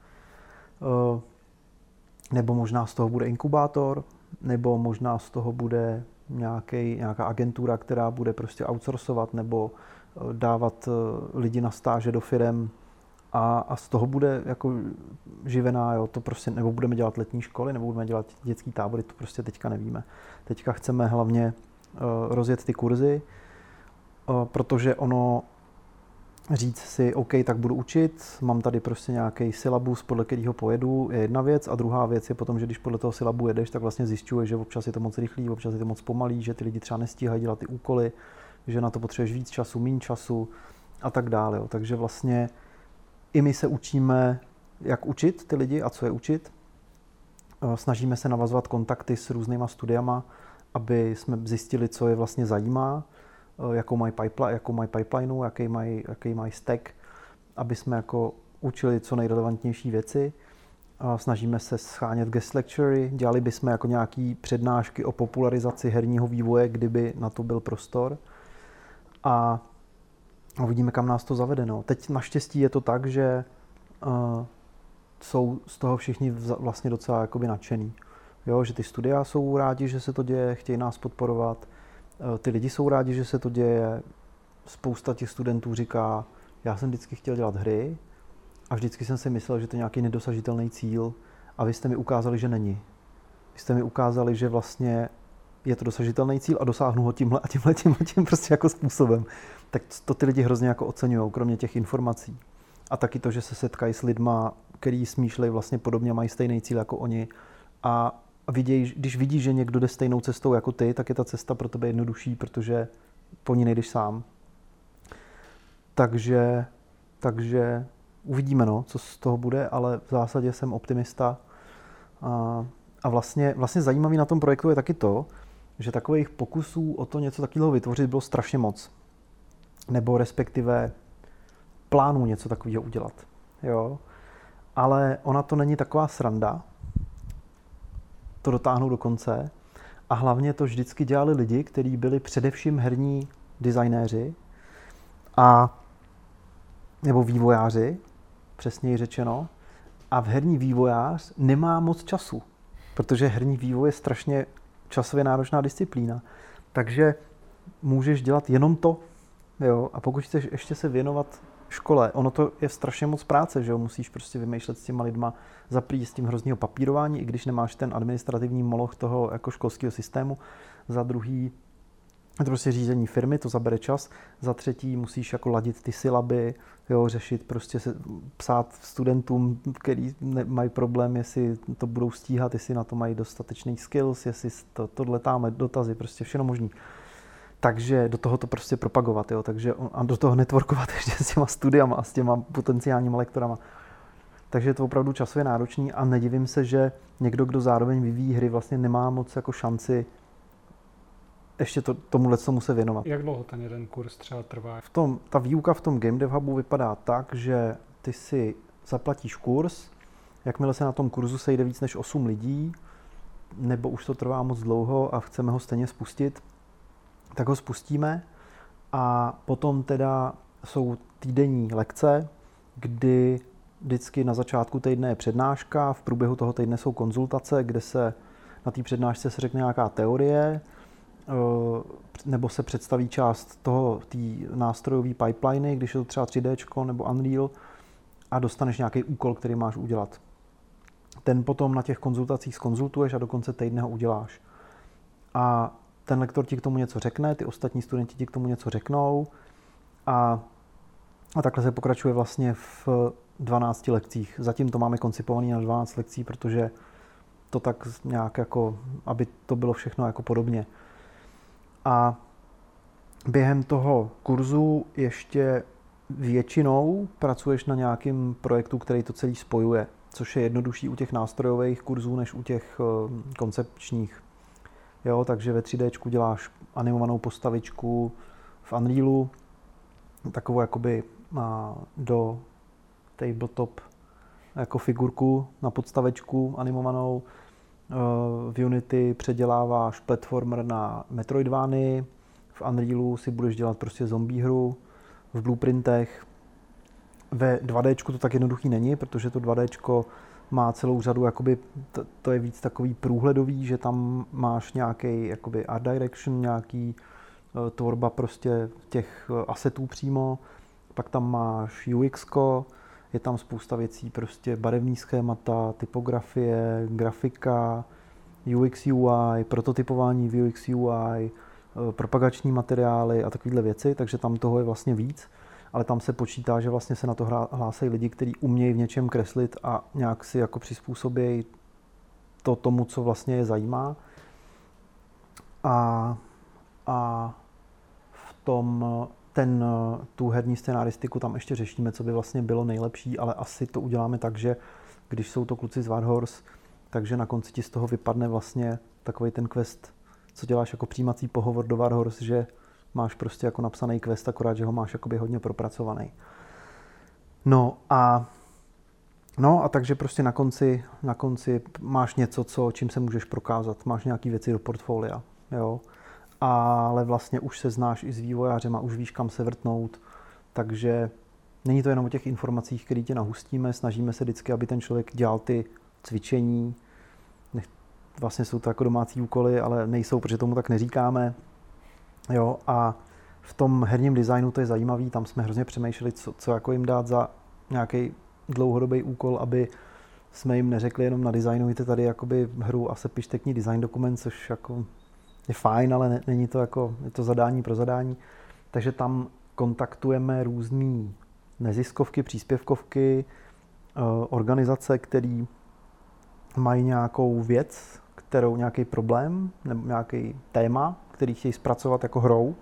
Nebo možná z toho bude inkubátor, nebo možná z toho bude nějaká agentura, která bude prostě outsourcovat nebo dávat lidi na stáže do firem a z toho bude jako živená, jo, to prostě, nebo budeme dělat letní školy, nebo budeme dělat dětský tábory, to prostě teďka nevíme. Teďka chceme hlavně rozjet ty kurzy, protože ono říct si, OK, tak budu učit, mám tady prostě nějaký syllabus, podle kterého pojedu, je jedna věc, a druhá věc je potom, že když podle toho syllabu jedeš, tak vlastně zjišťuješ, že občas je to moc rychlý, občas je to moc pomalý, že ty lidi třeba nestíhají dělat ty úkoly, že na to potřebuješ víc času, méně času a tak dále. Jo. Takže vlastně i my se učíme, jak učit ty lidi a co je učit. Snažíme se navazovat kontakty s různýma studiama, aby jsme zjistili, co je vlastně zajímá, jakou mají pipeline, jaký mají stack, aby jsme jako učili co nejrelevantnější věci. Snažíme se schánět guest lectury, dělali bychom jako nějaký přednášky o popularizaci herního vývoje, kdyby na to byl prostor. A uvidíme, kam nás to zavede. No. Teď naštěstí je to tak, že jsou z toho všichni vlastně docela jakoby nadšený. Jo, že ty studia jsou rádi, že se to děje, chtějí nás podporovat. Ty lidi jsou rádi, že se to děje. Spousta těch studentů říká, já jsem vždycky chtěl dělat hry a vždycky jsem si myslel, že to je nějaký nedosažitelný cíl a vy jste mi ukázali, že není. Vy jste mi ukázali, že vlastně je to dosažitelný cíl a dosáhnu ho tímhle a tím prostě jako způsobem. Tak to ty lidi hrozně jako oceňují, kromě těch informací. A taky to, že se setkají s lidma, který smýšlejí vlastně podobně, mají stejný cíl jako oni a vidějí, když vidí, že někdo jde stejnou cestou jako ty, tak je ta cesta pro tebe jednodušší, protože po ní nejdeš sám. Takže uvidíme, no, co z toho bude, ale v zásadě jsem optimista. A vlastně zajímavý na tom projektu je taky to, že takových pokusů o to něco takového vytvořit bylo strašně moc. Nebo respektive plánů něco takového udělat. Jo? Ale ona to není taková sranda, to dotáhnout do konce. A hlavně to vždycky dělali lidi, kteří byli především herní designéři nebo vývojáři, přesněji řečeno. A v herní vývojář nemá moc času, protože herní vývoj je strašně časově náročná disciplína. Takže můžeš dělat jenom to. Jo? A pokud chceš ještě se věnovat škole, ono to je strašně moc práce, že jo? Musíš prostě vymýšlet s těma lidma, zaprý s tím hroznýho papírování, i když nemáš ten administrativní moloch toho jako školského systému. Za druhý, to prostě řízení firmy, to zabere čas. Za třetí musíš jako ladit ty syllaby, jo, řešit, prostě psát studentům, který mají problém, jestli to budou stíhat, jestli na to mají dostatečný skills, jestli tohle táme dotazy, prostě všechno možný. Takže do toho to prostě propagovat, jo, a do toho networkovat ještě s těma studiama a s těma potenciálníma lektorama. Takže je to opravdu časově náročný a nedivím se, že někdo, kdo zároveň vyvíjí hry, vlastně nemá moc jako šanci ještě tomuhle tomu se věnovat. Jak dlouho ten jeden kurz třeba trvá? Ta výuka v tom Game Dev Hubu vypadá tak, že ty si zaplatíš kurz, jakmile se na tom kurzu sejde víc než 8 lidí, nebo už to trvá moc dlouho a chceme ho stejně spustit, tak ho spustíme a potom teda jsou týdenní lekce, kdy vždycky na začátku týdne je přednáška, v průběhu toho týdne jsou konzultace, kde se na té přednášce se řekne nějaká teorie, nebo se představí část té nástrojové pipeliny, když je to třeba 3D nebo Unreal a dostaneš nějaký úkol, který máš udělat. Ten potom na těch konzultacích zkonzultuješ a do konce týdne ho uděláš. A ten lektor ti k tomu něco řekne, ty ostatní studenti ti k tomu něco řeknou A takhle se pokračuje vlastně v 12 lekcích. Zatím to máme koncipované na 12 lekcí, protože to tak nějak jako, aby to bylo všechno jako podobně. A během toho kurzu ještě většinou pracuješ na nějakém projektu, který to celý spojuje, což je jednodušší u těch nástrojových kurzů než u těch koncepčních. Jo, takže ve 3D děláš animovanou postavičku v Unrealu, takovou jakoby do tabletop jako figurku na podstavečku animovanou. V Unity předěláváš platformer na Metroidvanii, v Unrealu si budeš dělat prostě zombie hru, v blueprintech. Ve 2D to tak jednoduchý není, protože to 2D má celou řadu, jakoby, to je víc takový průhledový, že tam máš nějaký jakoby art direction, nějaký tvorba prostě těch asetů přímo, pak tam máš UX, je tam spousta věcí, prostě barevný schémata, typografie, grafika, UX UI, prototypování v UX UI, propagační materiály a takovéhle věci, takže tam toho je vlastně víc, ale tam se počítá, že vlastně se na to hlásají lidi, kteří umějí v něčem kreslit a nějak si jako přizpůsobějí to tomu, co vlastně je zajímá. A v tom tu herní scenaristiku tam ještě řešíme, co by vlastně bylo nejlepší, ale asi to uděláme tak, že když jsou to kluci z Warhorse, takže na konci ti z toho vypadne vlastně takový ten quest, co děláš jako přijímací pohovor do Warhorse, že máš prostě jako napsaný quest, akorát, že ho máš jakoby hodně propracovaný. No a takže prostě na konci máš něco, čím se můžeš prokázat, máš nějaký věci do portfolia, jo. Ale vlastně už se znáš i s vývojářem a už víš, kam se vrtnout, takže není to jenom o těch informacích, které tě nahustíme, snažíme se vždycky, aby ten člověk dělal ty cvičení, vlastně jsou to jako domácí úkoly, ale nejsou, protože tomu tak neříkáme, jo, a v tom herním designu to je zajímavý, tam jsme hrozně přemýšleli, co jako jim dát za nějaký dlouhodobý úkol, aby jsme jim neřekli jenom na designujte tady jakoby hru a sepište k ní design dokument, což jako je fajn, ale není to jako, je to zadání pro zadání. Takže tam kontaktujeme různé neziskovky, příspěvkovky, organizace, které mají nějakou věc, nějaký problém nebo nějaký téma, který chtějí zpracovat jako hrou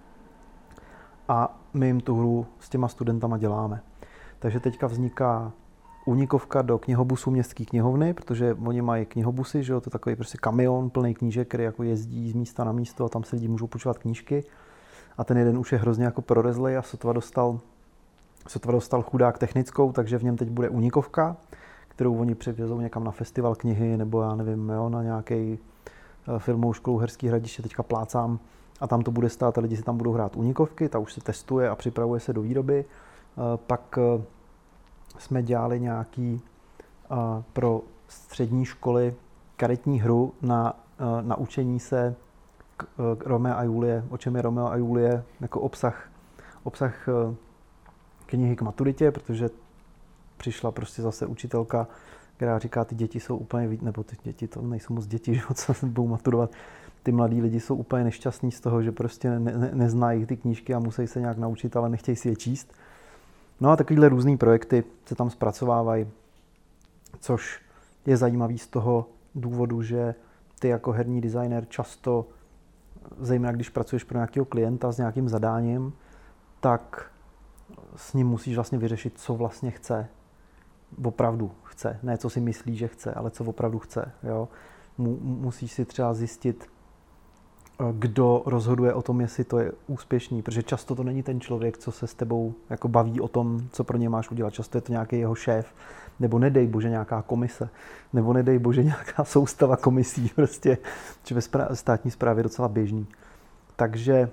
a my jim tu hru s těma studentama děláme. Takže teďka vzniká únikovka do knihobusu městské knihovny, protože oni mají knihobusy, že jo, to je takový prostě kamion plný knížek, který jako jezdí z místa na místo a tam se lidi můžou počívat knížky. A ten jeden už je hrozně jako prorezlej a sotva dostal chudák technickou, takže v něm teď bude únikovka, kterou oni převezou někam na festival knihy nebo já nevím, jo, na nějaký filmovou školu Herský Hradiště, teďka plácám a tam to bude stát a lidi si tam budou hrát únikovky, ta už se testuje a připravuje se do výroby. Pak jsme dělali nějaký pro střední školy karetní hru na naučení se Romea a Julie, o čem je Romeo a Julie, jako obsah knihy k maturitě, protože přišla prostě zase učitelka, která říká, ty děti jsou úplně, nebo ty děti, to nejsou moc děti, že, co se budou maturovat, ty mladí lidi jsou úplně nešťastní z toho, že prostě neznají ty knížky a musí se nějak naučit, ale nechtějí si je číst. No a takovýhle různý projekty se tam zpracovávají, což je zajímavý z toho důvodu, že ty jako herní designer často, zejména když pracuješ pro nějakého klienta s nějakým zadáním, tak s ním musíš vlastně vyřešit, co vlastně chce. Opravdu chce. Ne, co si myslí, že chce, ale co opravdu chce. Jo? Musíš si třeba zjistit, kdo rozhoduje o tom, jestli to je úspěšný, protože často to není ten člověk, co se s tebou jako baví o tom, co pro ně máš udělat. Často je to nějaký jeho šéf, nebo nedej bože nějaká komise, nebo nedej bože nějaká soustava komisí, prostě, že ve státní správě je docela běžný. Takže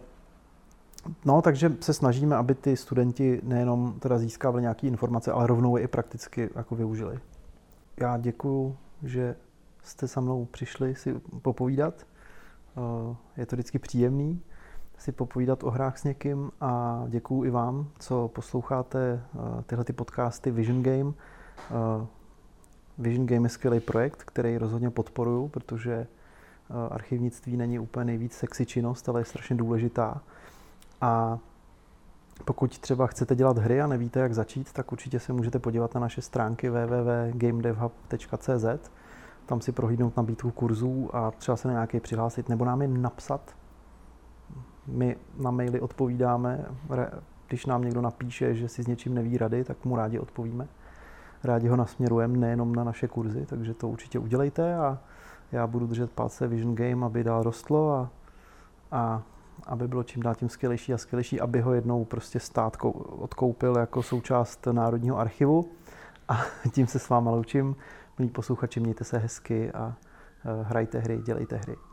se snažíme, aby ty studenti nejenom teda získávali nějaké informace, ale rovnou je i prakticky jako využili. Já děkuju, že jste se mnou přišli si popovídat. Je to vždycky příjemný si popovídat o hrách s někým a děkuju i vám, co posloucháte tyhle ty podcasty Vision Game. Vision Game je skvělý projekt, který rozhodně podporuju, protože archivnictví není úplně nejvíc sexy činnost, ale je strašně důležitá. A Pokud třeba chcete dělat hry a nevíte, jak začít, tak určitě se můžete podívat na naše stránky www.gamedevhub.cz. Tam si prohlídnout nabídku kurzů a třeba se na nějaký přihlásit nebo nám je napsat. My na maily odpovídáme. Když nám někdo napíše, že si s něčím neví rady, tak mu rádi odpovíme. Rádi ho nasměrujeme nejenom na naše kurzy, takže to určitě udělejte a já budu držet palce Vision Game, aby dál rostlo a aby bylo čím dál tím skvělejší a skvělejší, aby ho jednou prostě stát odkoupil jako součást Národního archivu. A tím se s váma loučím. Milí posluchači, mějte se hezky a hrajte hry, dělejte hry.